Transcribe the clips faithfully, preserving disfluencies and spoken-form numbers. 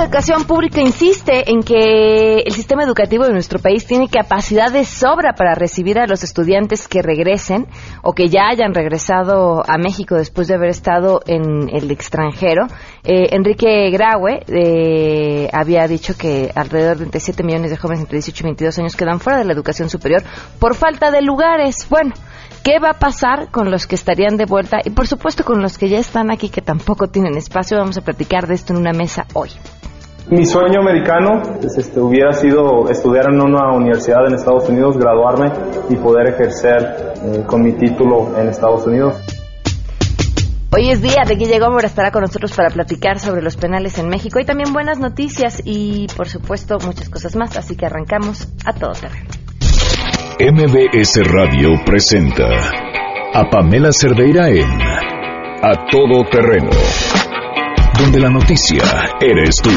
Educación Pública insiste en que el sistema educativo de nuestro país tiene capacidad de sobra para recibir a los estudiantes que regresen o que ya hayan regresado a México después de haber estado en el extranjero. Eh, Enrique Graue eh, había dicho que alrededor de veintisiete millones de jóvenes entre dieciocho y veintidós años quedan fuera de la educación superior por falta de lugares. Bueno, ¿qué va a pasar con los que estarían de vuelta? Y por supuesto con los que ya están aquí que tampoco tienen espacio. Vamos a platicar de esto en una mesa hoy. Mi sueño americano pues, este, hubiera sido estudiar en una universidad en Estados Unidos, graduarme y poder ejercer eh, con mi título en Estados Unidos. Hoy es día de Guille Gómez, estará con nosotros para platicar sobre los penales en México y también buenas noticias y por supuesto muchas cosas más, así que arrancamos a todo terreno. M B S Radio presenta a Pamela Cerdeira en A Todo Terreno, donde la noticia eres tú.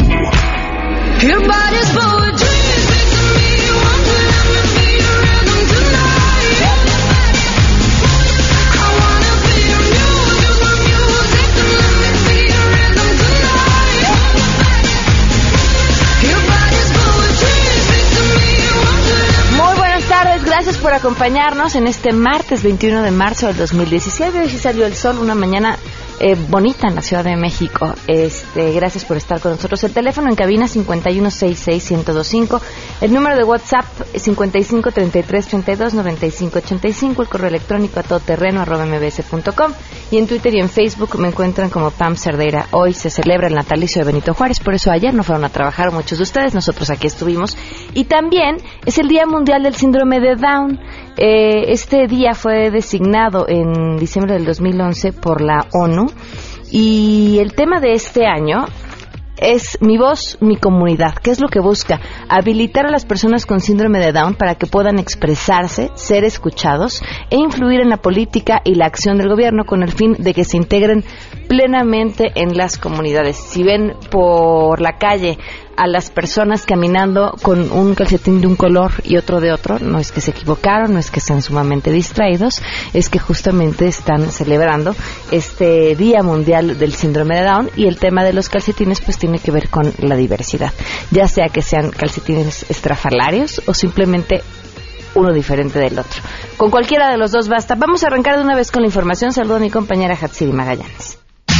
Gracias por acompañarnos en este martes veintiuno de marzo del dos mil diecisiete. Hoy sí salió el sol, una mañana eh, bonita en la Ciudad de México. Este, gracias por estar con nosotros. El teléfono en cabina cincuenta y uno sesenta y seis, uno cero dos cinco. El número de WhatsApp cincuenta y cinco treinta y tres treinta y dos noventa y cinco ochenta y cinco. El correo electrónico a todoterreno arroba mbs punto com. Y en Twitter y en Facebook me encuentran como Pam Cerdeira. Hoy se celebra el natalicio de Benito Juárez, por eso ayer no fueron a trabajar muchos de ustedes, nosotros aquí estuvimos. Y también es el Día Mundial del Síndrome de Down. Eh, este día fue designado en diciembre del dos mil once por la ONU y el tema de este año es Mi Voz, Mi Comunidad. ¿Qué es lo que busca? Habilitar a las personas con síndrome de Down para que puedan expresarse, ser escuchados e influir en la política y la acción del gobierno con el fin de que se integren plenamente en las comunidades. Si ven por la calle a las personas caminando con un calcetín de un color y otro de otro, no es que se equivocaron, no es que sean sumamente distraídos, es que justamente están celebrando este Día Mundial del Síndrome de Down y el tema de los calcetines pues tiene que ver con la diversidad, ya sea que sean calcetines estrafalarios o simplemente uno diferente del otro. Con cualquiera de los dos basta. Vamos a arrancar de una vez con la información. Saludo a mi compañera Hatsiri Magallanes.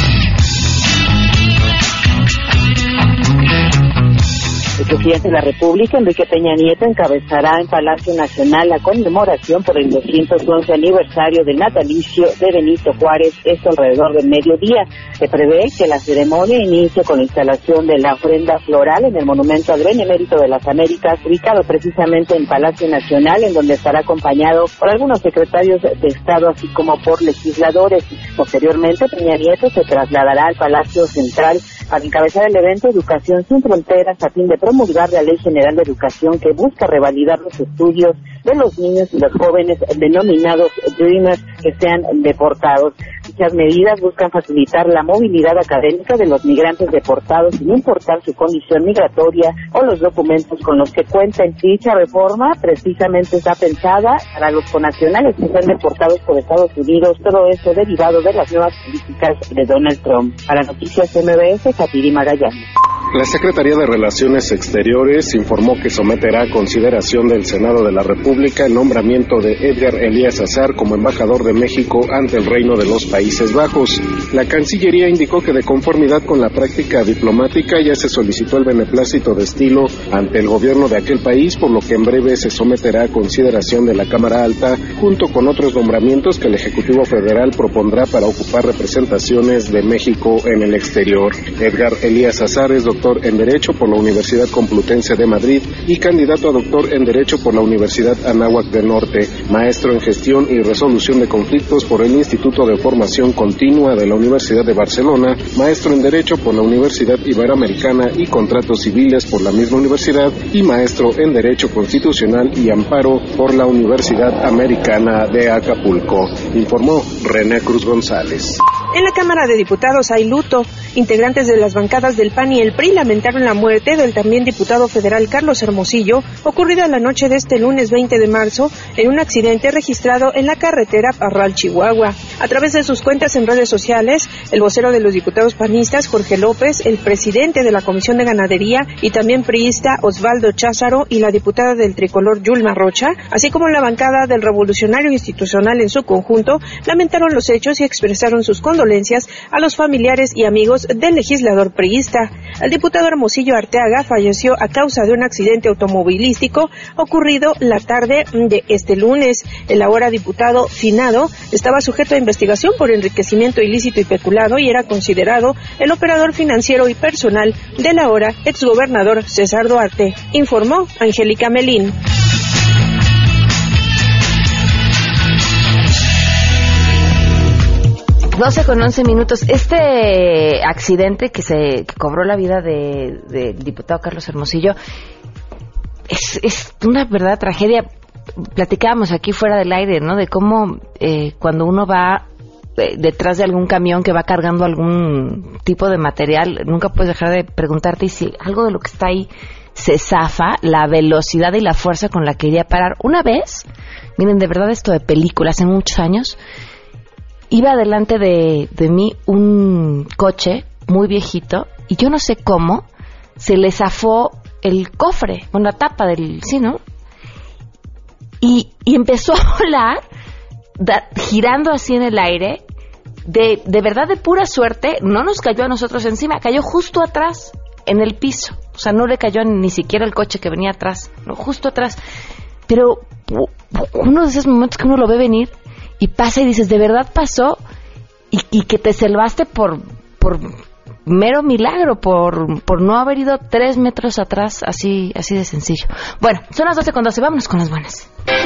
El presidente de la República, Enrique Peña Nieto, encabezará en Palacio Nacional la conmemoración por el doscientos once aniversario del natalicio de Benito Juárez, esto alrededor del mediodía. Se prevé que la ceremonia inicie con la instalación de la ofrenda floral en el Monumento al Benemérito de las Américas, ubicado precisamente en Palacio Nacional, en donde estará acompañado por algunos secretarios de Estado, así como por legisladores. Posteriormente, Peña Nieto se trasladará al Palacio Central para encabezar el evento Educación Sin Fronteras a fin de promulgar la Ley General de Educación que busca revalidar los estudios de los niños y los jóvenes denominados Dreamers que sean deportados. Dichas medidas buscan facilitar la movilidad académica de los migrantes deportados sin importar su condición migratoria o los documentos con los que cuentan. Dicha reforma precisamente está pensada para los connacionales que sean deportados por Estados Unidos, todo esto derivado de las nuevas políticas de Donald Trump. Para Noticias M B S, Hatsiri Magallanes. La Secretaría de Relaciones Exteriores informó que someterá a consideración del Senado de la República el nombramiento de Edgar Elías Azar como embajador de México ante el Reino de los Países Bajos. La Cancillería indicó que de conformidad con la práctica diplomática ya se solicitó el beneplácito de estilo ante el gobierno de aquel país, por lo que en breve se someterá a consideración de la Cámara Alta junto con otros nombramientos que el Ejecutivo Federal propondrá para ocupar representaciones de México en el exterior. Edgar Elías Azar es doctor en Derecho por la Universidad Complutense de Madrid y candidato a doctor en Derecho por la Universidad Anáhuac del Norte, maestro en Gestión y Resolución de Conflictos por el Instituto de Formación Continua de la Universidad de Barcelona, maestro en Derecho por la Universidad Iberoamericana y Contratos Civiles por la misma universidad y maestro en Derecho Constitucional y Amparo por la Universidad Americana de Acapulco, informó René Cruz González. En la Cámara de Diputados hay luto. Integrantes de las bancadas del P A N y el P R I lamentaron la muerte del también diputado federal Carlos Hermosillo, ocurrida la noche de este lunes veinte de marzo en un accidente registrado en la carretera Parral, Chihuahua. A través de sus cuentas en redes sociales, el vocero de los diputados panistas, Jorge López, el presidente de la Comisión de Ganadería y también priista Osvaldo Cházaro y la diputada del tricolor Yulma Rocha, así como la bancada del Revolucionario Institucional en su conjunto, lamentaron los hechos y expresaron sus condolencias a los familiares y amigos del legislador priista. El diputado Hermosillo Arteaga falleció a causa de un accidente automovilístico ocurrido la tarde de este lunes. El ahora diputado finado estaba sujeto a investigación por enriquecimiento ilícito y peculado y era considerado el operador financiero y personal del ahora exgobernador César Duarte, informó Angélica Melín. doce con once minutos. Este accidente que se que cobró la vida del de, de diputado Carlos Hermosillo es, es una verdadera tragedia. Platicábamos aquí fuera del aire, ¿no? De cómo eh, cuando uno va eh, detrás de algún camión que va cargando algún tipo de material, nunca puedes dejar de preguntarte si algo de lo que está ahí se zafa, la velocidad y la fuerza con la que iría a parar. Una vez, miren, de verdad esto de películas, hace muchos años, iba delante de, de mí un coche muy viejito y yo no sé cómo se le zafó el cofre, con la tapa del, sí, ¿no? Y, y empezó a volar, da, girando así en el aire, de, de verdad de pura suerte, no nos cayó a nosotros encima, cayó justo atrás, en el piso. O sea, no le cayó ni siquiera el coche que venía atrás, no, justo atrás. Pero uno de esos momentos que uno lo ve venir y pasa y dices, ¿de verdad pasó? Y, y que te salvaste por, por mero milagro, por, por no haber ido tres metros atrás, así, así de sencillo. Bueno, son las doce con doce, vámonos con las buenas.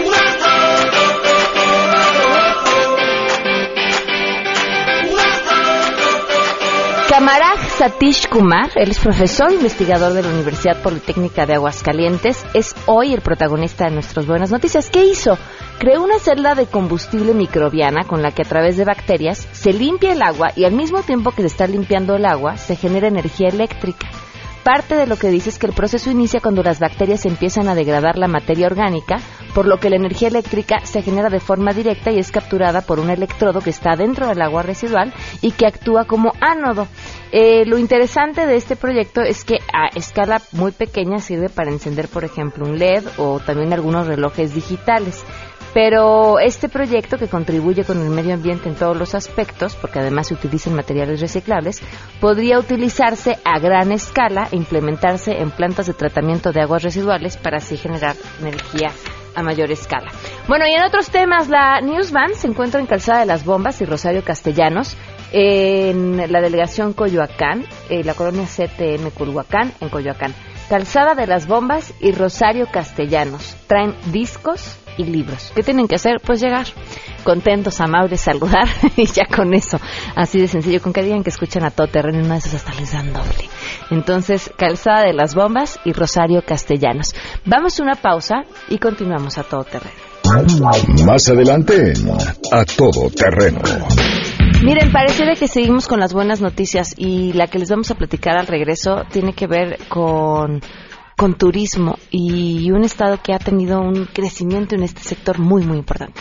Kamaraj Satish Kumar, él es profesor e investigador de la Universidad Politécnica de Aguascalientes, es hoy el protagonista de nuestras buenas noticias. ¿Qué hizo? Creó una celda de combustible microbiana con la que a través de bacterias se limpia el agua y al mismo tiempo que se está limpiando el agua se genera energía eléctrica. Parte de lo que dice es que el proceso inicia cuando las bacterias empiezan a degradar la materia orgánica, por lo que la energía eléctrica se genera de forma directa y es capturada por un electrodo que está dentro del agua residual y que actúa como ánodo. Eh, lo interesante de este proyecto es que a escala muy pequeña sirve para encender, por ejemplo, un L E D o también algunos relojes digitales. Pero este proyecto, que contribuye con el medio ambiente en todos los aspectos, porque además se utilizan materiales reciclables, podría utilizarse a gran escala e implementarse en plantas de tratamiento de aguas residuales para así generar energía a mayor escala. Bueno, y en otros temas, la Newsvan se encuentra en Calzada de las Bombas y Rosario Castellanos, en la delegación Coyoacán, en la colonia C T M Culhuacán, en Coyoacán. Calzada de las Bombas y Rosario Castellanos. Traen discos y libros. ¿Qué tienen que hacer? Pues llegar contentos, amables, saludar y ya con eso, así de sencillo, con que digan que escuchan a Todo Terreno y una de esas hasta les dan doble. Entonces, Calzada de las Bombas y Rosario Castellanos. Vamos a una pausa y continuamos a Todo Terreno. Más adelante, a Todo Terreno. Miren, parece de que seguimos con las buenas noticias y la que les vamos a platicar al regreso tiene que ver con con turismo y un estado que ha tenido un crecimiento en este sector muy, muy importante.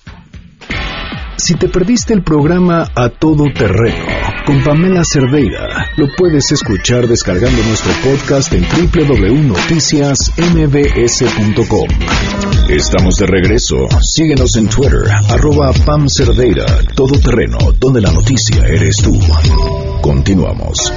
Si te perdiste el programa A Todo Terreno con Pamela Cerdeira, lo puedes escuchar descargando nuestro podcast en doble u doble u doble u punto noticias m b s punto com. Estamos de regreso. Síguenos en Twitter, arroba Pam Cerdeira, Todo Terreno, donde la noticia eres tú. Continuamos.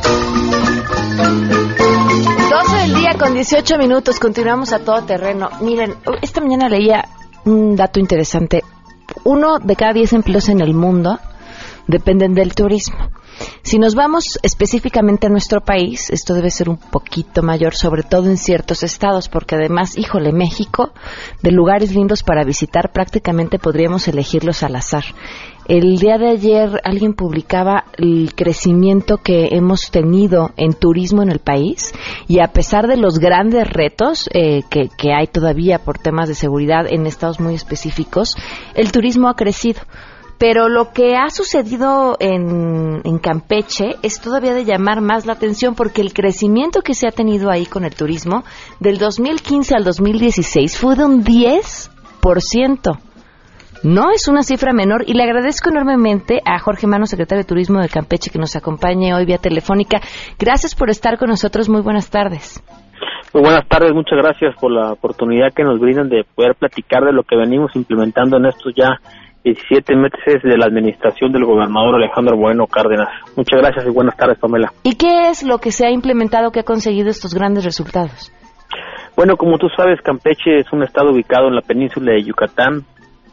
doce del día con dieciocho minutos, continuamos a Todo Terreno. Miren, esta mañana leía un dato interesante. Uno de cada diez empleos en el mundo dependen del turismo. Si nos vamos específicamente a nuestro país, esto debe ser un poquito mayor, sobre todo en ciertos estados, porque además, híjole, México, de lugares lindos para visitar, prácticamente podríamos elegirlos al azar. El día de ayer alguien publicaba el crecimiento que hemos tenido en turismo en el país y a pesar de los grandes retos eh, que, que hay todavía por temas de seguridad en estados muy específicos, el turismo ha crecido. Pero lo que ha sucedido en, en Campeche es todavía de llamar más la atención porque el crecimiento que se ha tenido ahí con el turismo del dos mil quince al dos mil dieciséis fue de un diez por ciento. No es una cifra menor y le agradezco enormemente a Jorge Mano, secretario de Turismo de Campeche, que nos acompañe hoy vía telefónica. Gracias por estar con nosotros. Muy buenas tardes. Muy buenas tardes. Muchas gracias por la oportunidad que nos brindan de poder platicar de lo que venimos implementando en estos ya diecisiete meses de la administración del gobernador Alejandro Moreno Cárdenas. Muchas gracias y buenas tardes, Pamela. ¿Y qué es lo que se ha implementado que ha conseguido estos grandes resultados? Bueno, como tú sabes, Campeche es un estado ubicado en la península de Yucatán.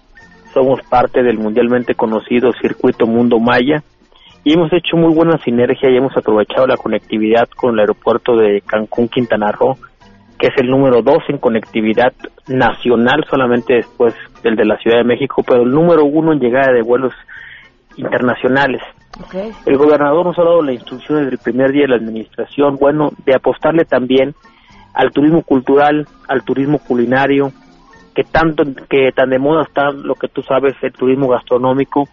Somos parte del mundialmente conocido Circuito Mundo Maya y hemos hecho muy buena sinergia y hemos aprovechado la conectividad con el aeropuerto de Cancún, Quintana Roo, que es el número dos en conectividad nacional, solamente después del de la Ciudad de México, pero el número uno en llegada de vuelos internacionales. Okay. El gobernador nos ha dado la instrucción desde el primer día de la administración, bueno, de apostarle también al turismo cultural, al turismo culinario, que tanto que tan de moda está lo que tú sabes, el turismo gastronómico.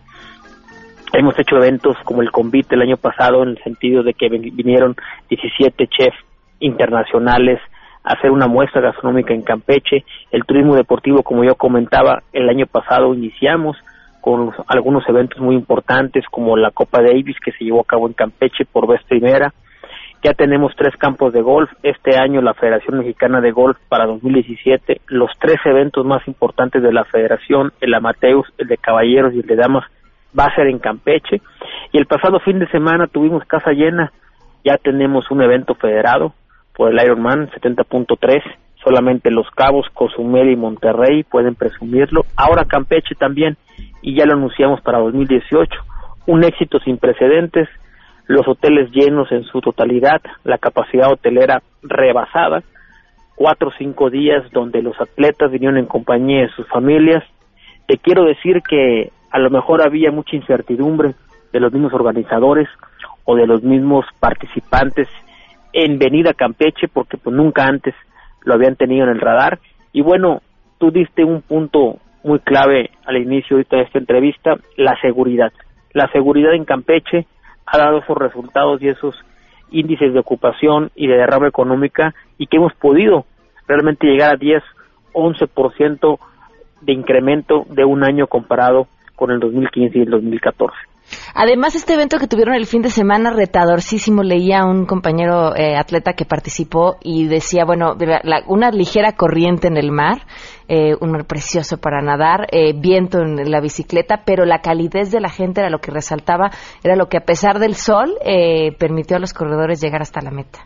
Hemos hecho eventos como el Convite el año pasado, en el sentido de que vinieron diecisiete chefs internacionales a hacer una muestra gastronómica en Campeche. El turismo deportivo, como yo comentaba, el año pasado iniciamos con algunos eventos muy importantes como la Copa Davis, que se llevó a cabo en Campeche por vez primera. Ya tenemos tres campos de golf. Este año la Federación Mexicana de Golf para dos mil diecisiete, los tres eventos más importantes de la federación, el Amateus, el de caballeros y el de damas, va a ser en Campeche. Y el pasado fin de semana tuvimos casa llena. Ya tenemos un evento federado por el Ironman setenta punto tres. Solamente Los Cabos, Cozumel y Monterrey pueden presumirlo. Ahora Campeche también, y ya lo anunciamos para dos mil dieciocho. Un éxito sin precedentes. Los hoteles llenos en su totalidad, la capacidad hotelera rebasada, cuatro o cinco días donde los atletas vinieron en compañía de sus familias. Te quiero decir que a lo mejor había mucha incertidumbre de los mismos organizadores o de los mismos participantes en venir a Campeche, porque pues nunca antes lo habían tenido en el radar. Y bueno, tú diste un punto muy clave al inicio de esta entrevista, la seguridad. La seguridad en Campeche ha dado esos resultados y esos índices de ocupación y de derrama económica, y que hemos podido realmente llegar a diez, once por ciento de incremento de un año comparado con el dos mil quince y el dos mil catorce. Además, este evento que tuvieron el fin de semana, retadorcísimo, leía a un compañero eh, atleta que participó y decía, bueno, la, una ligera corriente en el mar, eh, un mar precioso para nadar, eh, viento en la bicicleta, pero la calidez de la gente era lo que resaltaba, era lo que a pesar del sol eh, permitió a los corredores llegar hasta la meta.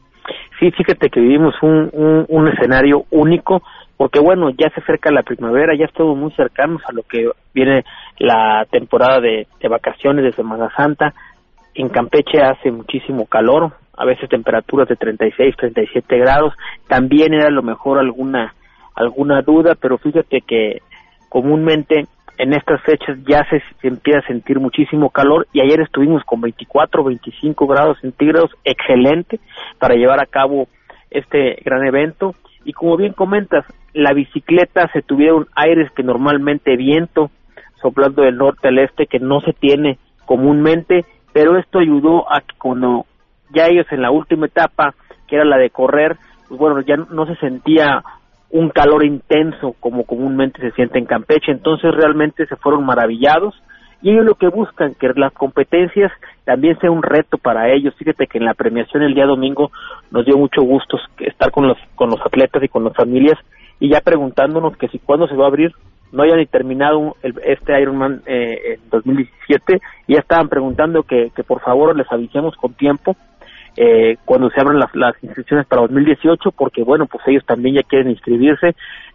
Sí, fíjate que vivimos un, un, un escenario único, porque bueno, ya se acerca la primavera, ya estamos muy cercanos a lo que viene la temporada de, de vacaciones de Semana Santa. En Campeche hace muchísimo calor, a veces temperaturas de treinta y seis, treinta y siete grados. También era a lo mejor alguna alguna duda, pero fíjate que comúnmente en estas fechas ya se, se empieza a sentir muchísimo calor, y ayer estuvimos con veinticuatro, veinticinco grados centígrados, excelente para llevar a cabo este gran evento. Y como bien comentas, la bicicleta se tuvieron aires que normalmente viento, soplando del norte al este, que no se tiene comúnmente, pero esto ayudó a que cuando ya ellos en la última etapa, que era la de correr, pues bueno, ya no se sentía un calor intenso como comúnmente se siente en Campeche. Entonces realmente se fueron maravillados, y ellos lo que buscan, que las competencias también sea un reto para ellos. Fíjate que en la premiación el día domingo nos dio mucho gusto estar con los con los atletas y con las familias, y ya preguntándonos que si cuándo se va a abrir. No hayan ni terminado el, este Ironman eh, en dos mil diecisiete, y ya estaban preguntando que, que por favor les avisemos con tiempo eh, cuando se abran las, las inscripciones para dos mil dieciocho, porque bueno, pues ellos también ya quieren inscribirse.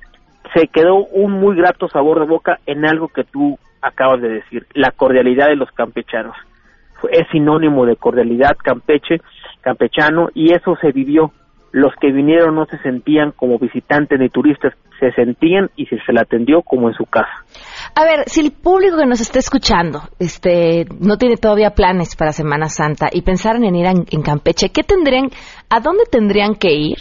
Se quedó un muy grato sabor de boca en algo que tú acabas de decir, la cordialidad de los campechanos. Es sinónimo de cordialidad Campeche, campechano, y eso se vivió. Los que vinieron no se sentían como visitantes ni turistas, se sentían y se, se le atendió como en su casa. A ver, si el público que nos está escuchando este, no tiene todavía planes para Semana Santa y pensaran en ir en, en Campeche, ¿qué tendrían, a dónde tendrían que ir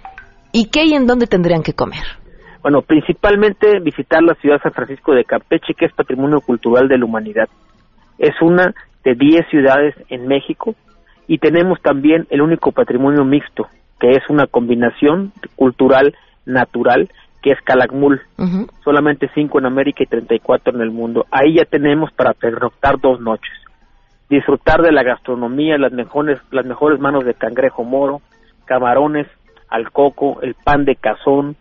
y qué y en dónde tendrían que comer? Bueno, principalmente visitar la ciudad de San Francisco de Campeche, que es Patrimonio Cultural de la Humanidad. Es una de diez ciudades en México, y tenemos también el único patrimonio mixto, que es una combinación cultural natural que es Calakmul, uh-huh. solamente cinco en América y treinta y cuatro en el mundo. Ahí ya tenemos para pernoctar dos noches, disfrutar de la gastronomía, las mejores, las mejores manos de cangrejo moro, camarones al coco, el pan de cazón,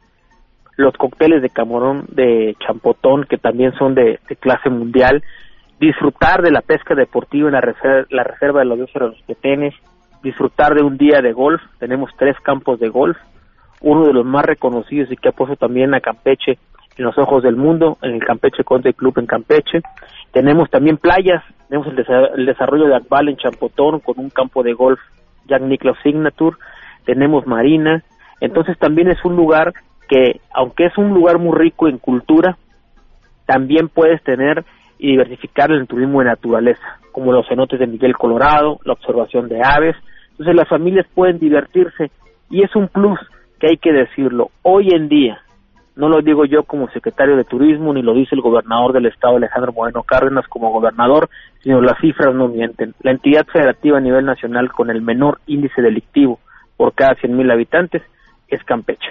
los cócteles de camarón de champotón, que también son de, de clase mundial, disfrutar de la pesca deportiva en la reserva, la reserva de la biosfera de los Petenes, disfrutar de un día de golf. Tenemos tres campos de golf, uno de los más reconocidos y que ha puesto también a Campeche en los ojos del mundo, en el Campeche Country Club en Campeche. Tenemos también playas, tenemos el, desa- el desarrollo de Akbal en Champotón con un campo de golf Jack Nicklaus Signature, tenemos marina. Entonces también es un lugar que, aunque es un lugar muy rico en cultura, también puedes tener y diversificar el turismo de naturaleza, como los cenotes de Miguel Colorado, la observación de aves. Entonces las familias pueden divertirse y es un plus que hay que decirlo. Hoy en día, no lo digo yo como secretario de Turismo, ni lo dice el gobernador del estado, Alejandro Moreno Cárdenas, como gobernador, sino las cifras no mienten. La entidad federativa a nivel nacional con el menor índice delictivo por cada cien mil habitantes es Campeche.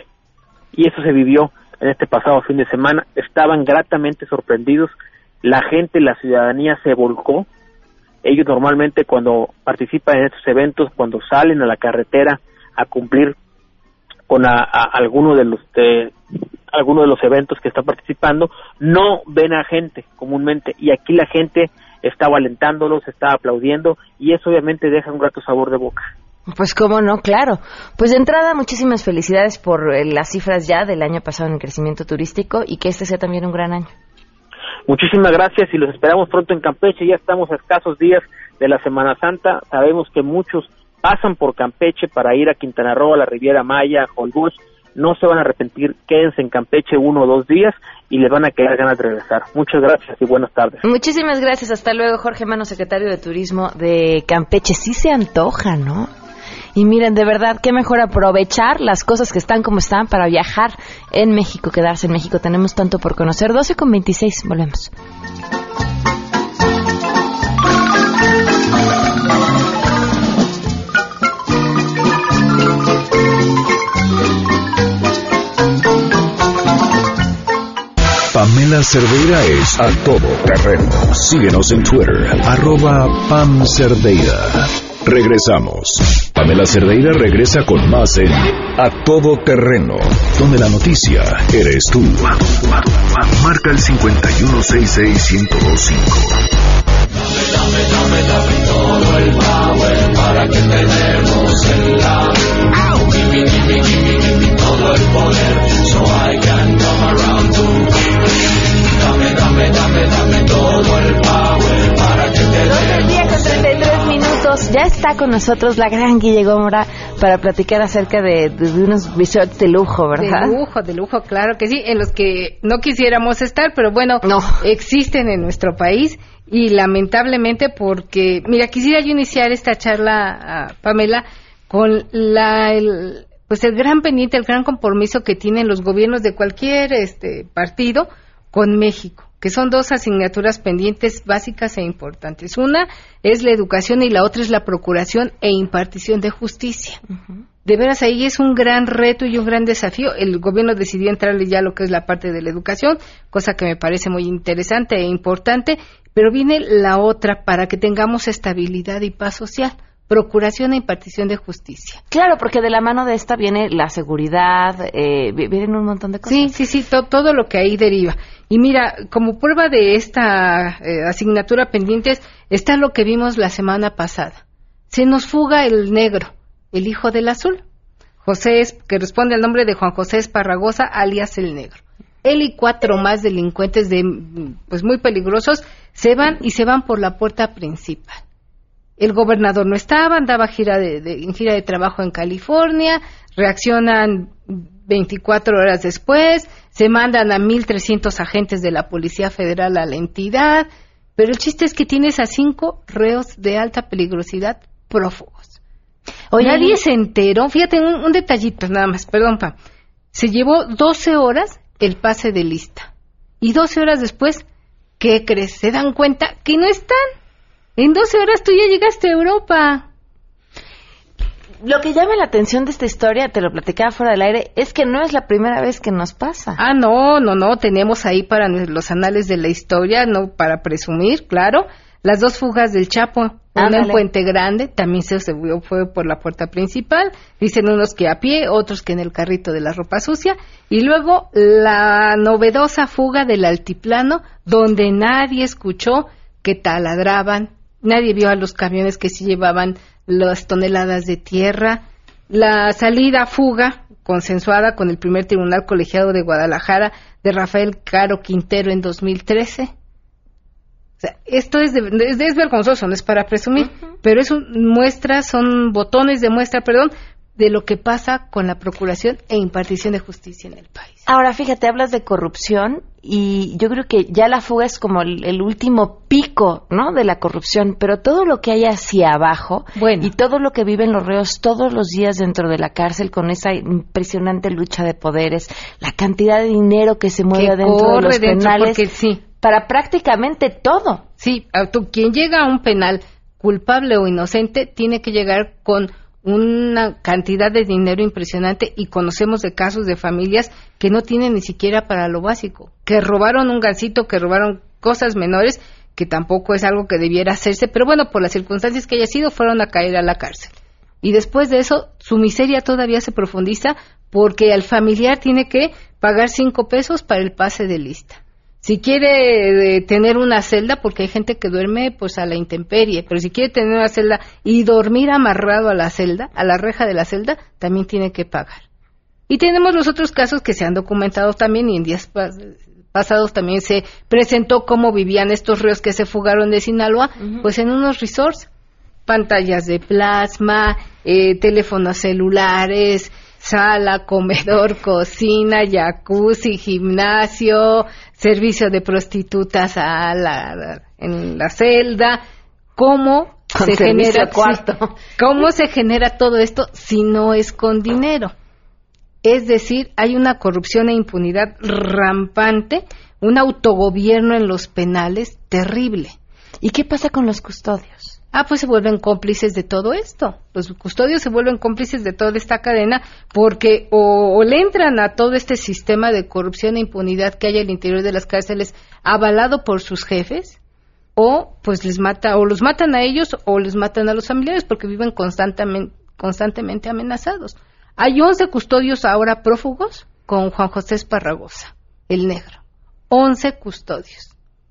Y eso se vivió en este pasado fin de semana. Estaban gratamente sorprendidos. La gente, la ciudadanía se volcó. Ellos normalmente cuando participan en estos eventos, cuando salen a la carretera a cumplir con a, a alguno de los de, alguno de los eventos que están participando, no ven a gente comúnmente, y aquí la gente estaba alentándolos, estaba aplaudiendo, y eso obviamente deja un grato sabor de boca. Pues cómo no, claro. Pues de entrada, muchísimas felicidades por eh, las cifras ya del año pasado en el crecimiento turístico, y que este sea también un gran año. Muchísimas gracias y los esperamos pronto en Campeche. Ya estamos a escasos días de la Semana Santa. Sabemos que muchos pasan por Campeche para ir a Quintana Roo, a la Riviera Maya, a Holbox. No se van a arrepentir, quédense en Campeche uno o dos días y les van a quedar ganas de regresar. Muchas gracias y buenas tardes. Muchísimas gracias, hasta luego. Jorge Mano, secretario de Turismo de Campeche. Sí se antoja, ¿no? Y miren, de verdad, qué mejor aprovechar las cosas que están como están para viajar en México, quedarse en México. Tenemos tanto por conocer. doce con veintiséis, volvemos. Pamela Cerdeira es a todo terreno. Síguenos en Twitter, arroba Pam Cerdeira. Regresamos. Pamela Cerdeira regresa con más en A Todo Terreno, donde la noticia eres tú. Marca el cincuenta y uno sesenta y seis, ciento veinticinco. Dame, dame, dame todo el power para que tenemos el lado. Give me, give me, give me, give me todo el poder, so I can come around to you. Dame, dame, dame, dame todo el power para que tenemos el día con treinta y tres minutos. Ya está con nosotros la gran Guille Gómora para platicar acerca de, de, de unos resorts de lujo, ¿verdad? De lujo, de lujo, claro que sí, en los que no quisiéramos estar, pero bueno, no. Existen en nuestro país. Y lamentablemente porque, mira, quisiera yo iniciar esta charla, uh, Pamela, con la, el, pues el gran pendiente, el gran compromiso que tienen los gobiernos de cualquier este partido con México, que son dos asignaturas pendientes básicas e importantes. Una es la educación y la otra es la procuración e impartición de justicia. Uh-huh. De veras, ahí es un gran reto y un gran desafío. El gobierno decidió entrarle ya a lo que es la parte de la educación, cosa que me parece muy interesante e importante, pero viene la otra para que tengamos estabilidad y paz social, procuración e impartición de justicia. Claro, porque de la mano de esta viene la seguridad, eh, vienen un montón de cosas. Sí, sí, sí, to- todo lo que ahí deriva. Y mira, como prueba de esta eh, asignatura pendientes está lo que vimos la semana pasada. Se nos fuga el negro, el hijo del azul. José, es, que responde al nombre de Juan José Esparragosa, alias el Negro. Él y cuatro más delincuentes de, pues muy peligrosos se van y se van por la puerta principal. El gobernador no estaba, andaba gira de, de, en gira de trabajo en California, reaccionan veinticuatro horas después, se mandan a mil trescientos agentes de la Policía Federal a la entidad, pero el chiste es que tienes a cinco reos de alta peligrosidad prófugos. Oye, nadie se enteró, fíjate, un, un detallito nada más, perdón, Pam. Se llevó doce horas el pase de lista. Y doce horas después, ¿qué crees? Se dan cuenta que no están. En doce horas tú ya llegaste a Europa. lo que llama la atención de esta historia, te lo platicaba fuera del aire, es que no es la primera vez que nos pasa. Ah, no, no, no, tenemos ahí para los anales de la historia, no para presumir, claro, las dos fugas del Chapo, una Ándale. en Puente Grande, también se subió, fue por la puerta principal, dicen unos que a pie, otros que en el carrito de la ropa sucia, y luego la novedosa fuga del altiplano, donde nadie escuchó que taladraban, nadie vio a los camiones que sí llevaban las toneladas de tierra, la salida fuga consensuada con el primer tribunal colegiado de Guadalajara de Rafael Caro Quintero en dos mil trece. O sea, esto es, de, es, es vergonzoso, no es para presumir, uh-huh. pero es un, muestra, son botones de muestra, perdón, de lo que pasa con la procuración e impartición de justicia en el país. Ahora, fíjate, hablas de corrupción y yo creo que ya la fuga es como el, el último pico, ¿no?, de la corrupción, pero todo lo que hay hacia abajo, bueno, y todo lo que viven los reos todos los días dentro de la cárcel con esa impresionante lucha de poderes, la cantidad de dinero que se mueve que dentro de los penales, porque, sí. para prácticamente todo. Sí, tú, quien llega a un penal culpable o inocente tiene que llegar con una cantidad de dinero impresionante, y conocemos de casos de familias que no tienen ni siquiera para lo básico, que robaron un gansito, que robaron cosas menores, que tampoco es algo que debiera hacerse, pero bueno, por las circunstancias que haya sido, fueron a caer a la cárcel. Y después de eso, su miseria todavía se profundiza, porque al familiar tiene que pagar cinco pesos para el pase de lista. Si quiere eh, tener una celda, porque hay gente que duerme pues a la intemperie, pero si quiere tener una celda y dormir amarrado a la celda, a la reja de la celda, también tiene que pagar. Y tenemos los otros casos que se han documentado también, y en días pas- pasados también se presentó cómo vivían estos reos que se fugaron de Sinaloa, uh-huh. pues en unos resorts, pantallas de plasma, eh, teléfonos celulares, sala, comedor, cocina, jacuzzi, gimnasio, servicio de prostitutas a la, en la celda. ¿Cómo con se genera cuarto? ¿Cómo se genera todo esto si no es con dinero? Es decir, hay una corrupción e impunidad rampante, un autogobierno en los penales terrible. ¿Y qué pasa con los custodios? Ah, pues se vuelven cómplices de todo esto. Los custodios se vuelven cómplices de toda esta cadena porque o, o le entran a todo este sistema de corrupción e impunidad que hay al interior de las cárceles, avalado por sus jefes, o pues les mata, o los matan a ellos o les matan a los familiares porque viven constantemente, constantemente amenazados. Hay once custodios ahora prófugos con Juan José Esparragosa, el negro. once custodios.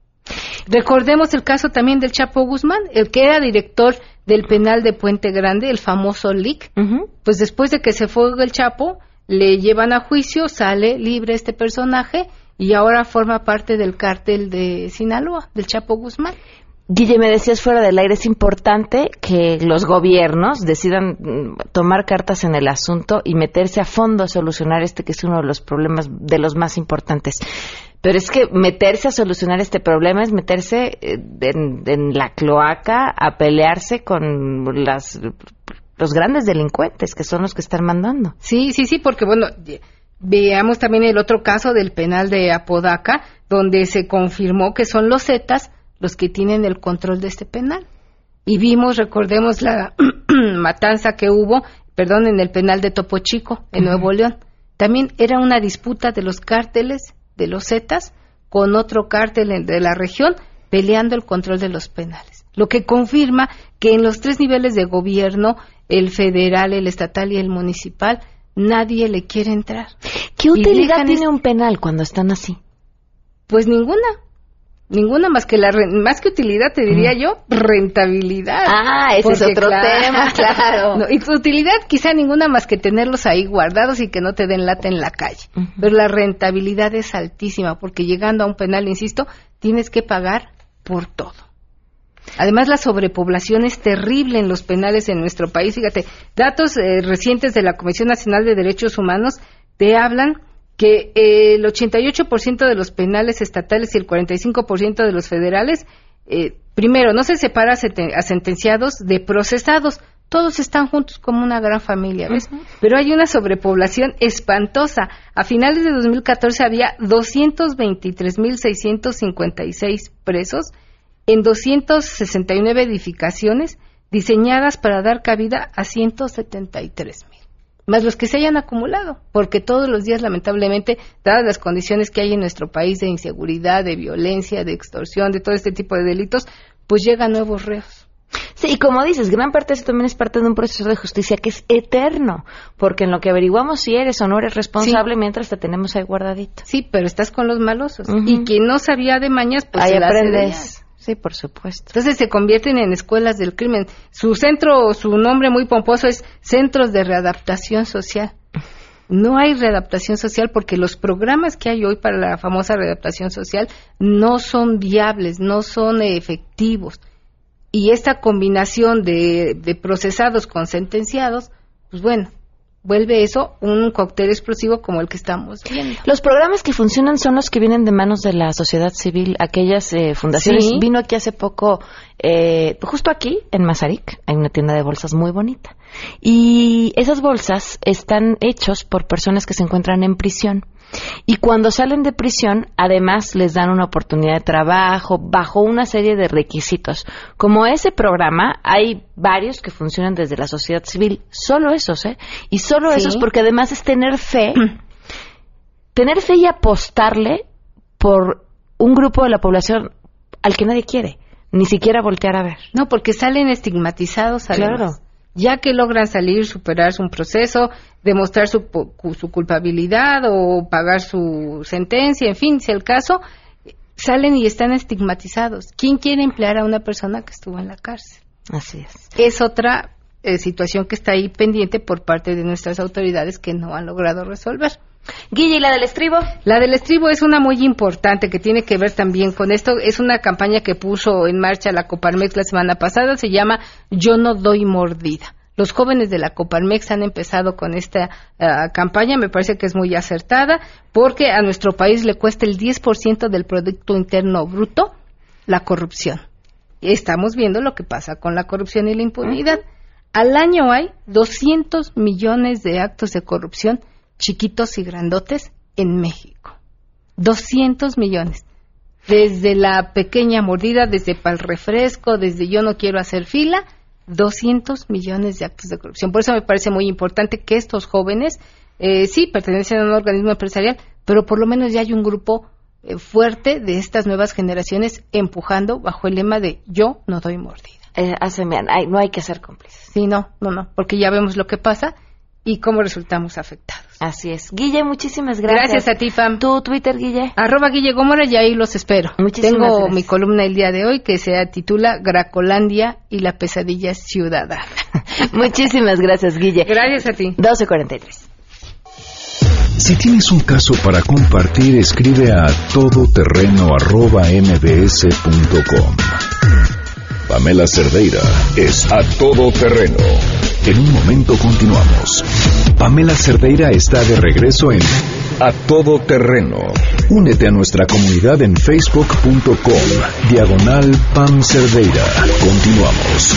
Recordemos el caso también del Chapo Guzmán, el que era director del penal de Puente Grande, el famoso L I C. Uh-huh. Pues después de que se fue el Chapo, le llevan a juicio, sale libre este personaje y ahora forma parte del cártel de Sinaloa, del Chapo Guzmán. Guille, me decías fuera del aire, es importante que los gobiernos decidan tomar cartas en el asunto y meterse a fondo a solucionar este que es uno de los problemas de los más importantes. Pero es que meterse a solucionar este problema es meterse en, en la cloaca a pelearse con las, los grandes delincuentes, que son los que están mandando. Sí, sí, sí, porque bueno, veamos también el otro caso del penal de Apodaca, donde se confirmó que son los Zetas los que tienen el control de este penal. Y vimos, recordemos la matanza que hubo, perdón, en el penal de Topo Chico, en uh-huh. Nuevo León. También era una disputa de los cárteles de los Zetas con otro cártel de la región peleando el control de los penales. Lo que confirma que en los tres niveles de gobierno, el federal, el estatal y el municipal, nadie le quiere entrar. ¿Qué utilidad tiene un penal cuando están así? Pues ninguna. Ninguna más que la más que utilidad, te diría mm. yo, rentabilidad. Ah, ese Porque, es otro claro, tema, claro. No, y utilidad quizá ninguna más que tenerlos ahí guardados y que no te den lata en la calle. Uh-huh. Pero la rentabilidad es altísima, porque llegando a un penal, insisto, tienes que pagar por todo. Además, la sobrepoblación es terrible en los penales en nuestro país. Fíjate, datos eh, recientes de la Comisión Nacional de Derechos Humanos te hablan que eh, el ochenta y ocho por ciento de los penales estatales y el cuarenta y cinco por ciento de los federales, eh, primero, no se separa a sentenciados de procesados, todos están juntos como una gran familia, ¿ves? Uh-huh. Pero hay una sobrepoblación espantosa. A finales de dos mil catorce había doscientos veintitrés mil seiscientos cincuenta y seis presos en doscientas sesenta y nueve edificaciones diseñadas para dar cabida a ciento setenta y tres mil, más los que se hayan acumulado, porque todos los días, lamentablemente, dadas las condiciones que hay en nuestro país de inseguridad, de violencia, de extorsión, de todo este tipo de delitos, pues llegan nuevos reos. Sí, y como dices, gran parte de eso también es parte de un proceso de justicia que es eterno, porque en lo que averiguamos si eres o no eres responsable, sí, mientras te tenemos ahí guardadito. Sí, pero estás con los malosos. Uh-huh. Y quien no sabía de mañas, pues ahí se aprendes. Sí, por supuesto. Entonces se convierten en escuelas del crimen. Su centro, su nombre muy pomposo es Centros de Readaptación Social. No hay readaptación social porque los programas que hay hoy para la famosa readaptación social no son viables, no son efectivos. Y esta combinación de, de procesados con sentenciados, pues bueno, vuelve eso un cóctel explosivo como el que estamos viendo. Los programas que funcionan son los que vienen de manos de la sociedad civil, aquellas eh, fundaciones. Sí. Vino aquí hace poco, eh, justo aquí, en Mazarik, hay una tienda de bolsas muy bonita. Y esas bolsas están hechos por personas que se encuentran en prisión. Y cuando salen de prisión, además les dan una oportunidad de trabajo bajo una serie de requisitos. Como ese programa, hay varios que funcionan desde la sociedad civil, solo esos, ¿eh? Y solo sí. esos porque además es tener fe, tener fe y apostarle por un grupo de la población al que nadie quiere, ni siquiera voltear a ver. No, porque salen estigmatizados además. Claro. Ya que logran salir, superar un proceso, demostrar su, su culpabilidad o pagar su sentencia, en fin, si el caso, salen y están estigmatizados. ¿Quién quiere emplear a una persona que estuvo en la cárcel? Así es. Es otra eh, situación que está ahí pendiente por parte de nuestras autoridades que no han logrado resolver. Guille, ¿y la del estribo? La del estribo es una muy importante que tiene que ver también con esto. Es una campaña que puso en marcha la Coparmex la semana pasada. Se llama Yo no doy mordida. Los jóvenes de la Coparmex han empezado con esta uh, campaña. Me parece que es muy acertada porque a nuestro país le cuesta el diez por ciento del Producto Interno Bruto la corrupción. Estamos viendo lo que pasa con la corrupción y la impunidad. Al año hay doscientos millones de actos de corrupción chiquitos y grandotes en México. doscientos millones. Desde la pequeña mordida, desde pa'l refresco, desde yo no quiero hacer fila, doscientos millones de actos de corrupción. Por eso me parece muy importante que estos jóvenes, eh, sí, pertenecen a un organismo empresarial, pero por lo menos ya hay un grupo eh, fuerte de estas nuevas generaciones empujando bajo el lema de yo no doy mordida. Eh, hacen bien, ay, no hay que ser cómplices. Sí, no, no, no, porque ya vemos lo que pasa y cómo resultamos afectados. Así es. Guille, muchísimas gracias. Gracias a ti, Pam. ¿Tu Twitter, Guille? Arroba Guille Gómora, y ahí los espero. Muchísimas Tengo gracias. mi columna el día de hoy que se titula Gracolandia y la pesadilla ciudadana. Muchísimas gracias, Guille. Gracias a ti. doce cuarenta y tres. Si tienes un caso para compartir, escribe a todoterreno arroba mbs punto com. Pamela Cerdeira es A Todo Terreno. En un momento continuamos. Pamela Cerdeira está de regreso en A Todo Terreno. Únete a nuestra comunidad en facebook punto com diagonal Pam Cerdeira. Continuamos.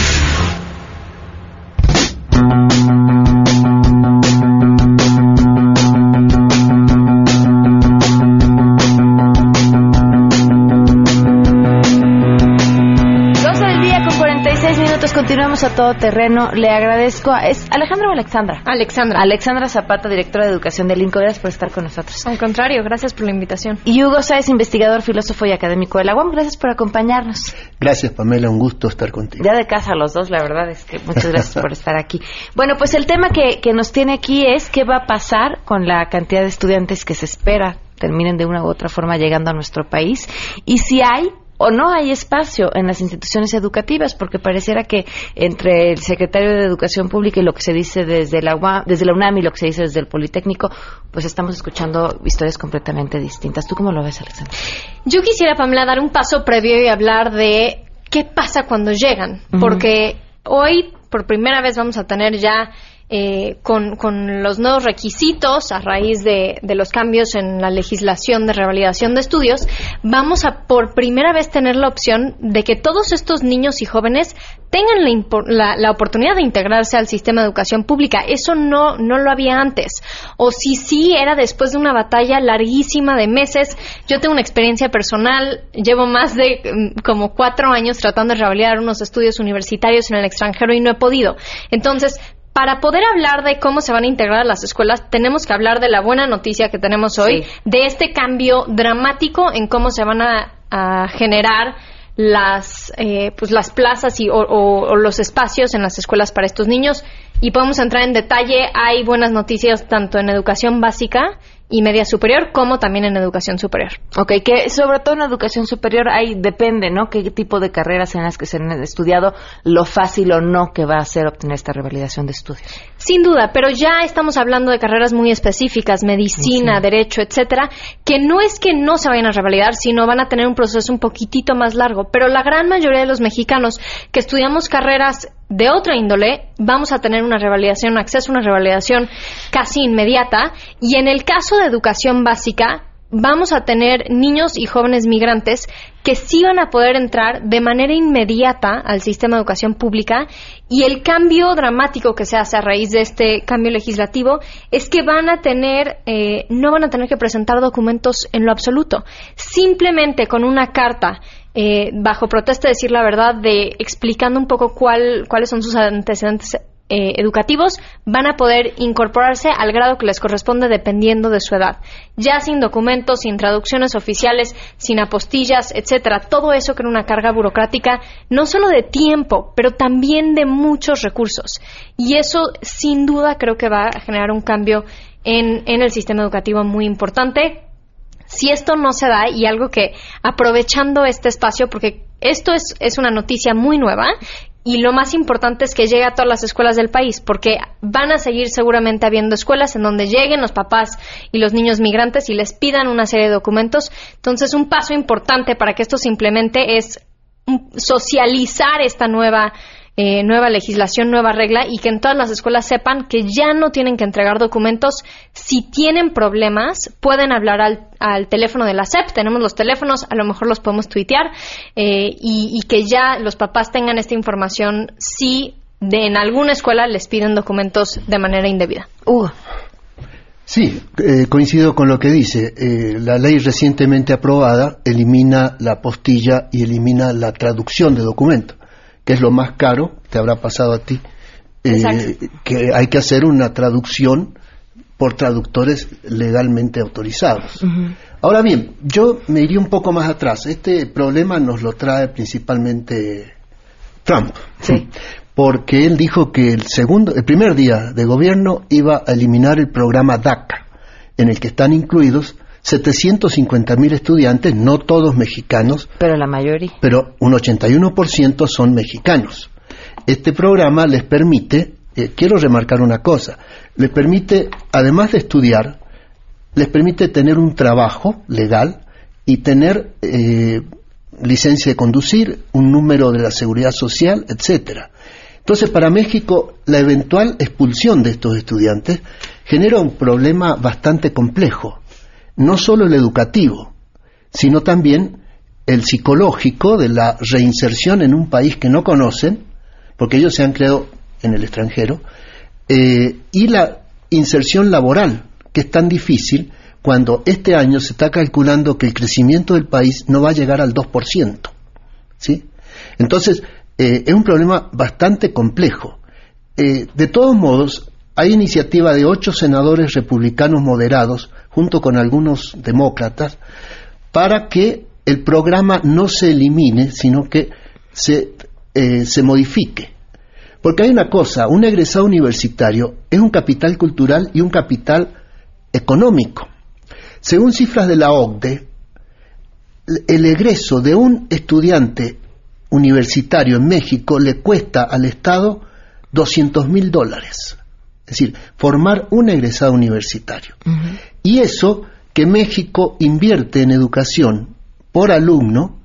Continuamos a Todo Terreno. Le agradezco a... ¿Es Alejandra o Alexandra? Alexandra. Alexandra Zapata, directora de Educación del INCO. Gracias por estar con nosotros. Al contrario, gracias por la invitación. Y Hugo Sáez, investigador, filósofo y académico de la U A M. Gracias por acompañarnos. Gracias, Pamela. Un gusto estar contigo. Ya de casa los dos, la verdad es que muchas gracias por estar aquí. Bueno, pues el tema que, que nos tiene aquí es qué va a pasar con la cantidad de estudiantes que se espera terminen de una u otra forma llegando a nuestro país y si hay o no hay espacio en las instituciones educativas, porque pareciera que entre el secretario de Educación Pública y lo que se dice desde la U A M, desde la UNAM y lo que se dice desde el Politécnico, pues estamos escuchando historias completamente distintas. ¿Tú cómo lo ves, Alexandra? Yo quisiera, Pamela, dar un paso previo y hablar de qué pasa cuando llegan, uh-huh. porque hoy por primera vez vamos a tener ya eh, con, con los nuevos requisitos a raíz de, de los cambios en la legislación de revalidación de estudios, vamos a por primera vez tener la opción de que todos estos niños y jóvenes tengan la, la, la oportunidad de integrarse al sistema de educación pública. Eso no, no lo había antes. O si sí, era después de una batalla larguísima de meses. Yo tengo una experiencia personal, llevo más de um, como cuatro años tratando de revalidar unos estudios universitarios en el extranjero y no he podido. Entonces, para poder hablar de cómo se van a integrar a las escuelas, tenemos que hablar de la buena noticia que tenemos hoy, sí. de este cambio dramático en cómo se van a, a generar las eh, pues las plazas y, o, o, o los espacios en las escuelas para estos niños. Y podemos entrar en detalle. Hay buenas noticias tanto en educación básica y media superior como también en educación superior. Ok, que sobre todo en educación superior ahí depende, ¿no? Qué tipo de carreras en las que se han estudiado, lo fácil o no que va a ser obtener esta revalidación de estudios. Sin duda, pero ya estamos hablando de carreras muy específicas, medicina, sí. derecho, etcétera, que no es que no se vayan a revalidar, sino van a tener un proceso un poquitito más largo. Pero la gran mayoría de los mexicanos que estudiamos carreras de otra índole, vamos a tener una revalidación, acceso a una revalidación casi inmediata. Y en el caso de educación básica, vamos a tener niños y jóvenes migrantes que sí van a poder entrar de manera inmediata al sistema de educación pública. Y el cambio dramático que se hace a raíz de este cambio legislativo es que van a tener, eh, no van a tener que presentar documentos en lo absoluto. Simplemente con una carta Eh, bajo protesta de decir la verdad, de explicando un poco cuál, cuáles son sus antecedentes eh, educativos, van a poder incorporarse al grado que les corresponde dependiendo de su edad. Ya sin documentos, sin traducciones oficiales, sin apostillas, etcétera. Todo eso crea una carga burocrática, no solo de tiempo, pero también de muchos recursos. Y eso, sin duda, creo que va a generar un cambio en, en el sistema educativo muy importante. Si esto no se da, y algo que, aprovechando este espacio, porque esto es, es una noticia muy nueva, y lo más importante es que llegue a todas las escuelas del país, porque van a seguir seguramente habiendo escuelas en donde lleguen los papás y los niños migrantes y les pidan una serie de documentos. Entonces, un paso importante para que esto se implemente es socializar esta nueva Eh, nueva legislación, nueva regla, y que en todas las escuelas sepan que ya no tienen que entregar documentos. Si tienen problemas, pueden hablar al, al teléfono de la S E P. Tenemos los teléfonos, a lo mejor los podemos tuitear, eh, y, y que ya los papás tengan esta información si de, en alguna escuela les piden documentos de manera indebida. Uh. Sí, eh, coincido con lo que dice. Eh, la ley recientemente aprobada elimina la apostilla y elimina la traducción de documentos, que es lo más caro, te habrá pasado a ti, eh, que hay que hacer una traducción por traductores legalmente autorizados. Uh-huh. Ahora bien, yo me iría un poco más atrás. Este problema nos lo trae principalmente Trump, sí. porque él dijo que el segundo, el primer día de gobierno iba a eliminar el programa DACA, en el que están incluidos setecientos cincuenta mil estudiantes, no todos mexicanos, pero la mayoría, pero un ochenta y uno por ciento son mexicanos. Este programa les permite, eh, quiero remarcar una cosa, les permite, además de estudiar, les permite tener un trabajo legal y tener eh, licencia de conducir, un número de la seguridad social, etcétera. Entonces, para México, la eventual expulsión de estos estudiantes genera un problema bastante complejo. No solo el educativo, sino también el psicológico de la reinserción en un país que no conocen, porque ellos se han creado en el extranjero, eh, y la inserción laboral, que es tan difícil cuando este año se está calculando que el crecimiento del país no va a llegar al dos por ciento. ¿Sí? Entonces, eh, es un problema bastante complejo. Eh, de todos modos, hay iniciativa de ocho senadores republicanos moderados, junto con algunos demócratas, para que el programa no se elimine, sino que se, eh, se modifique. Porque hay una cosa, un egresado universitario es un capital cultural y un capital económico. Según cifras de la O C D E, el egreso de un estudiante universitario en México le cuesta al Estado doscientos mil dólares. Es decir, formar un egresado universitario. Uh-huh. Y eso que México invierte en educación por alumno,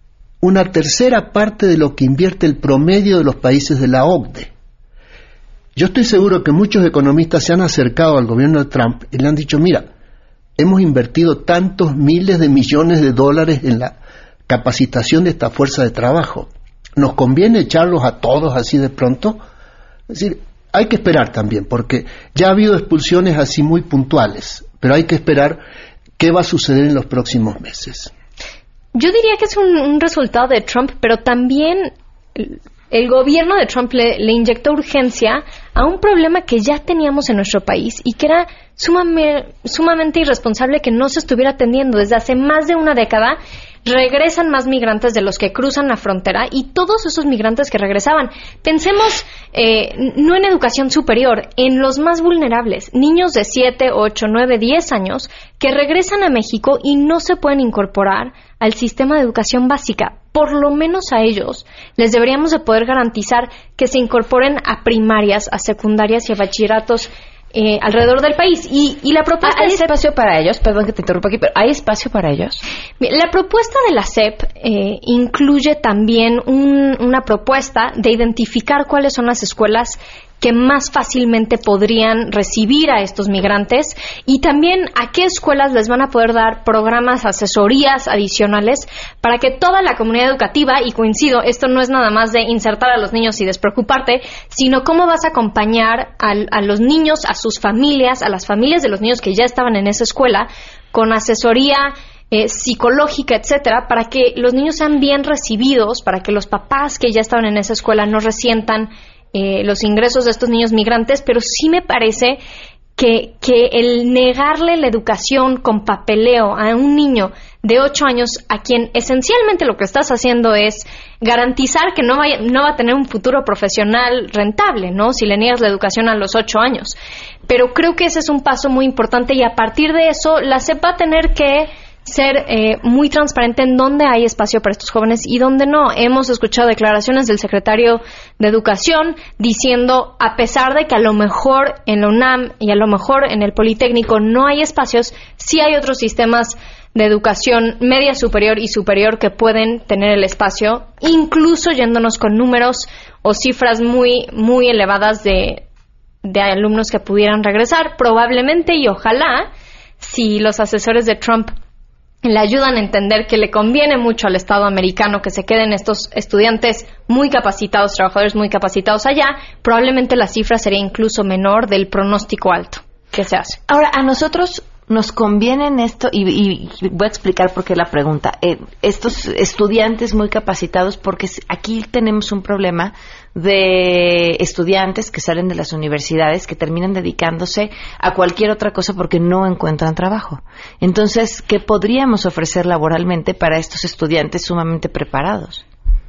una tercera parte de lo que invierte el promedio de los países de la O C D E. Yo estoy seguro que muchos economistas se han acercado al gobierno de Trump y le han dicho, mira, hemos invertido tantos miles de millones de dólares en la capacitación de esta fuerza de trabajo. ¿Nos conviene echarlos a todos así de pronto? Es decir, hay que esperar también, porque ya ha habido expulsiones así muy puntuales, pero hay que esperar qué va a suceder en los próximos meses. Yo diría que es un, un resultado de Trump, pero también el, el gobierno de Trump le, le inyectó urgencia a un problema que ya teníamos en nuestro país y que era sumamente, sumamente irresponsable que no se estuviera atendiendo desde hace más de una década. Regresan más migrantes de los que cruzan la frontera y todos esos migrantes que regresaban, pensemos eh, no en educación superior, en los más vulnerables, niños de siete, ocho, nueve, diez años que regresan a México y no se pueden incorporar al sistema de educación básica. Por lo menos a ellos les deberíamos de poder garantizar que se incorporen a primarias, a secundarias y a bachilleratos Eh, alrededor del país. Y, y la propuesta ¿Hay de espacio para ellos? Perdón que te interrumpa aquí, pero ¿hay espacio para ellos? La propuesta de la S E P eh, incluye también un, una propuesta de identificar cuáles son las escuelas que más fácilmente podrían recibir a estos migrantes y también a qué escuelas les van a poder dar programas, asesorías adicionales para que toda la comunidad educativa, y coincido, esto no es nada más de insertar a los niños y despreocuparte, sino cómo vas a acompañar a, a los niños, a sus familias, a las familias de los niños que ya estaban en esa escuela, con asesoría eh, psicológica, etcétera, para que los niños sean bien recibidos, para que los papás que ya estaban en esa escuela no resientan Eh, los ingresos de estos niños migrantes, pero sí me parece que, que el negarle la educación con papeleo a un niño de ocho años a quien esencialmente lo que estás haciendo es garantizar que no, vaya, no va a tener un futuro profesional rentable, ¿no? Si le niegas la educación a los ocho años. Pero creo que ese es un paso muy importante y a partir de eso la S E P va a tener que ser eh, muy transparente en dónde hay espacio para estos jóvenes y dónde no. Hemos escuchado declaraciones del secretario de Educación diciendo, a pesar de que a lo mejor en la UNAM y a lo mejor en el Politécnico no hay espacios, sí hay otros sistemas de educación media superior y superior que pueden tener el espacio, incluso yéndonos con números o cifras muy, muy elevadas de, de alumnos que pudieran regresar. Probablemente y ojalá, si los asesores de Trump le ayudan a entender que le conviene mucho al Estado americano que se queden estos estudiantes muy capacitados, trabajadores muy capacitados allá, probablemente la cifra sería incluso menor del pronóstico alto que se hace. Ahora, a nosotros nos conviene en esto, y, y voy a explicar por qué la pregunta, eh, estos estudiantes muy capacitados, porque aquí tenemos un problema de estudiantes que salen de las universidades que terminan dedicándose a cualquier otra cosa porque no encuentran trabajo. Entonces, ¿qué podríamos ofrecer laboralmente para estos estudiantes sumamente preparados?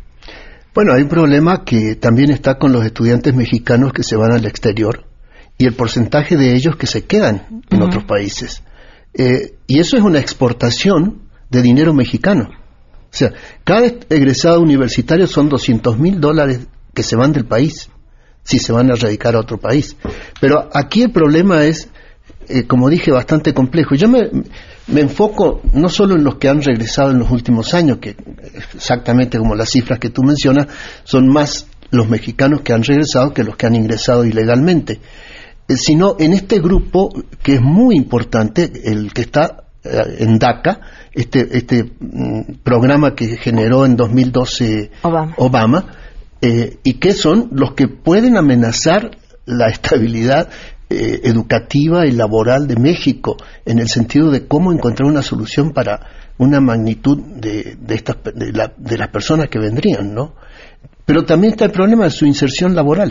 Bueno, hay un problema que también está con los estudiantes mexicanos que se van al exterior y el porcentaje de ellos que se quedan en uh-huh. otros países. Eh, y eso es una exportación de dinero mexicano. O sea, cada egresado universitario son doscientos mil dólares que se van del país, si se van a radicar a otro país. Pero aquí el problema es, eh, como dije, bastante complejo. Yo me, me enfoco no solo en los que han regresado en los últimos años, que exactamente como las cifras que tú mencionas, son más los mexicanos que han regresado que los que han ingresado ilegalmente, eh, sino en este grupo que es muy importante, el que está eh, en DACA, este, este mm, programa que generó en dos mil doce Obama, Obama Eh, y que son los que pueden amenazar la estabilidad eh, educativa y laboral de México, en el sentido de cómo encontrar una solución para una magnitud de, de, estas, de, la, de las personas que vendrían, ¿no? Pero también está el problema de su inserción laboral.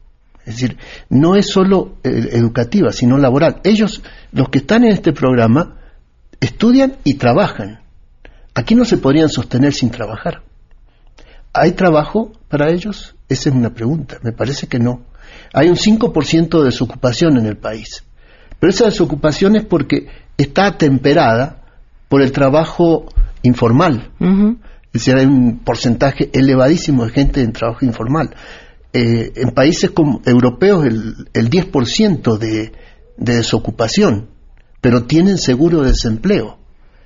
Es decir, no es solo eh, educativa, sino laboral. Ellos, los que están en este programa, estudian y trabajan. Aquí no se podrían sostener sin trabajar. ¿Hay trabajo para ellos? Esa es una pregunta. Me parece que no. Hay un cinco por ciento de desocupación en el país. Pero esa desocupación es porque está atemperada por el trabajo informal. Uh-huh. Es decir, hay un porcentaje elevadísimo de gente en trabajo informal. Eh, en países como europeos el, el diez por ciento de, de desocupación, pero tienen seguro de desempleo.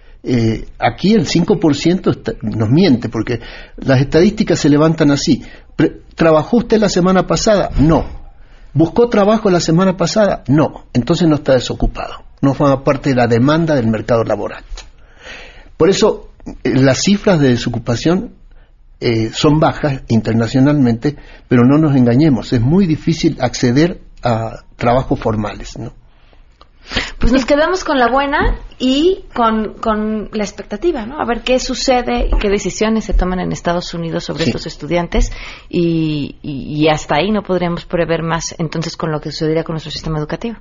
Eh, aquí el cinco por ciento está, nos miente, porque las estadísticas se levantan así. Pre- ¿Trabajó usted la semana pasada? No. ¿Buscó trabajo la semana pasada? No, entonces no está desocupado, no forma parte de la demanda del mercado laboral. Por eso eh, las cifras de desocupación eh, son bajas internacionalmente, pero no nos engañemos, es muy difícil acceder a trabajos formales, ¿no? Pues nos quedamos con la buena y con, con la expectativa, ¿no? A ver qué sucede, qué decisiones se toman en Estados Unidos sobre sí. estos estudiantes y, y, y hasta ahí no podríamos prever más entonces con lo que sucedería con nuestro sistema educativo.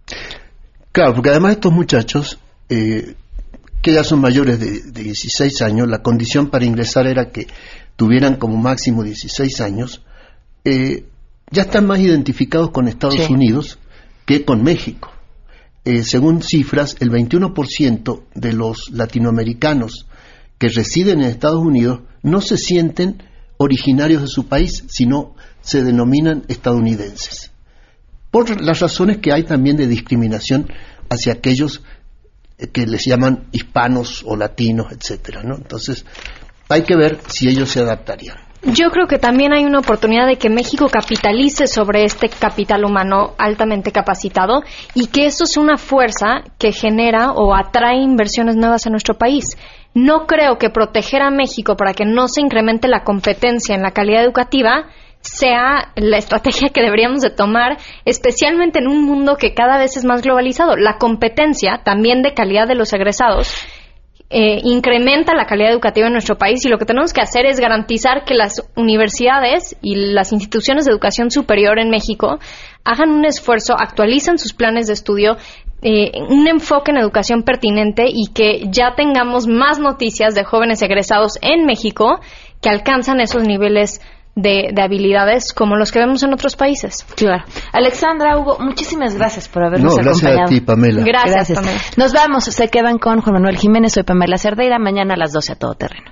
Claro, porque además estos muchachos eh, que ya son mayores de, de dieciséis años, la condición para ingresar era que tuvieran como máximo dieciséis años, eh, ya están más identificados con Estados sí. Unidos que con México. Eh, según cifras, el veintiuno por ciento de los latinoamericanos que residen en Estados Unidos no se sienten originarios de su país, sino se denominan estadounidenses. Por las razones que hay también de discriminación hacia aquellos que les llaman hispanos o latinos, etcétera, ¿no? Entonces, hay que ver si ellos se adaptarían. Yo creo que también hay una oportunidad de que México capitalice sobre este capital humano altamente capacitado y que eso sea una fuerza que genera o atrae inversiones nuevas a nuestro país. No creo que proteger a México para que no se incremente la competencia en la calidad educativa sea la estrategia que deberíamos de tomar, especialmente en un mundo que cada vez es más globalizado. La competencia también de calidad de los egresados Eh, incrementa la calidad educativa en nuestro país y lo que tenemos que hacer es garantizar que las universidades y las instituciones de educación superior en México hagan un esfuerzo, actualicen sus planes de estudio, eh, un enfoque en educación pertinente y que ya tengamos más noticias de jóvenes egresados en México que alcanzan esos niveles De, de habilidades como los que vemos en otros países. Claro. Alexandra, Hugo, muchísimas gracias por habernos no, gracias acompañado. Gracias a ti, Pamela. Gracias, gracias, Pamela. Nos vamos, se quedan con Juan Manuel Jiménez, soy Pamela Cerdeira, mañana a las doce a Todo Terreno.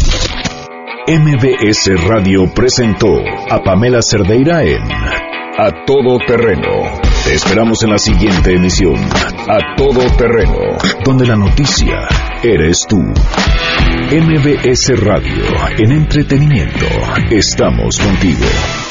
M B S Radio presentó a Pamela Cerdeira en A Todo Terreno. Te esperamos en la siguiente emisión, A Todo Terreno, donde la noticia eres tú. M B S Radio, en entretenimiento, estamos contigo.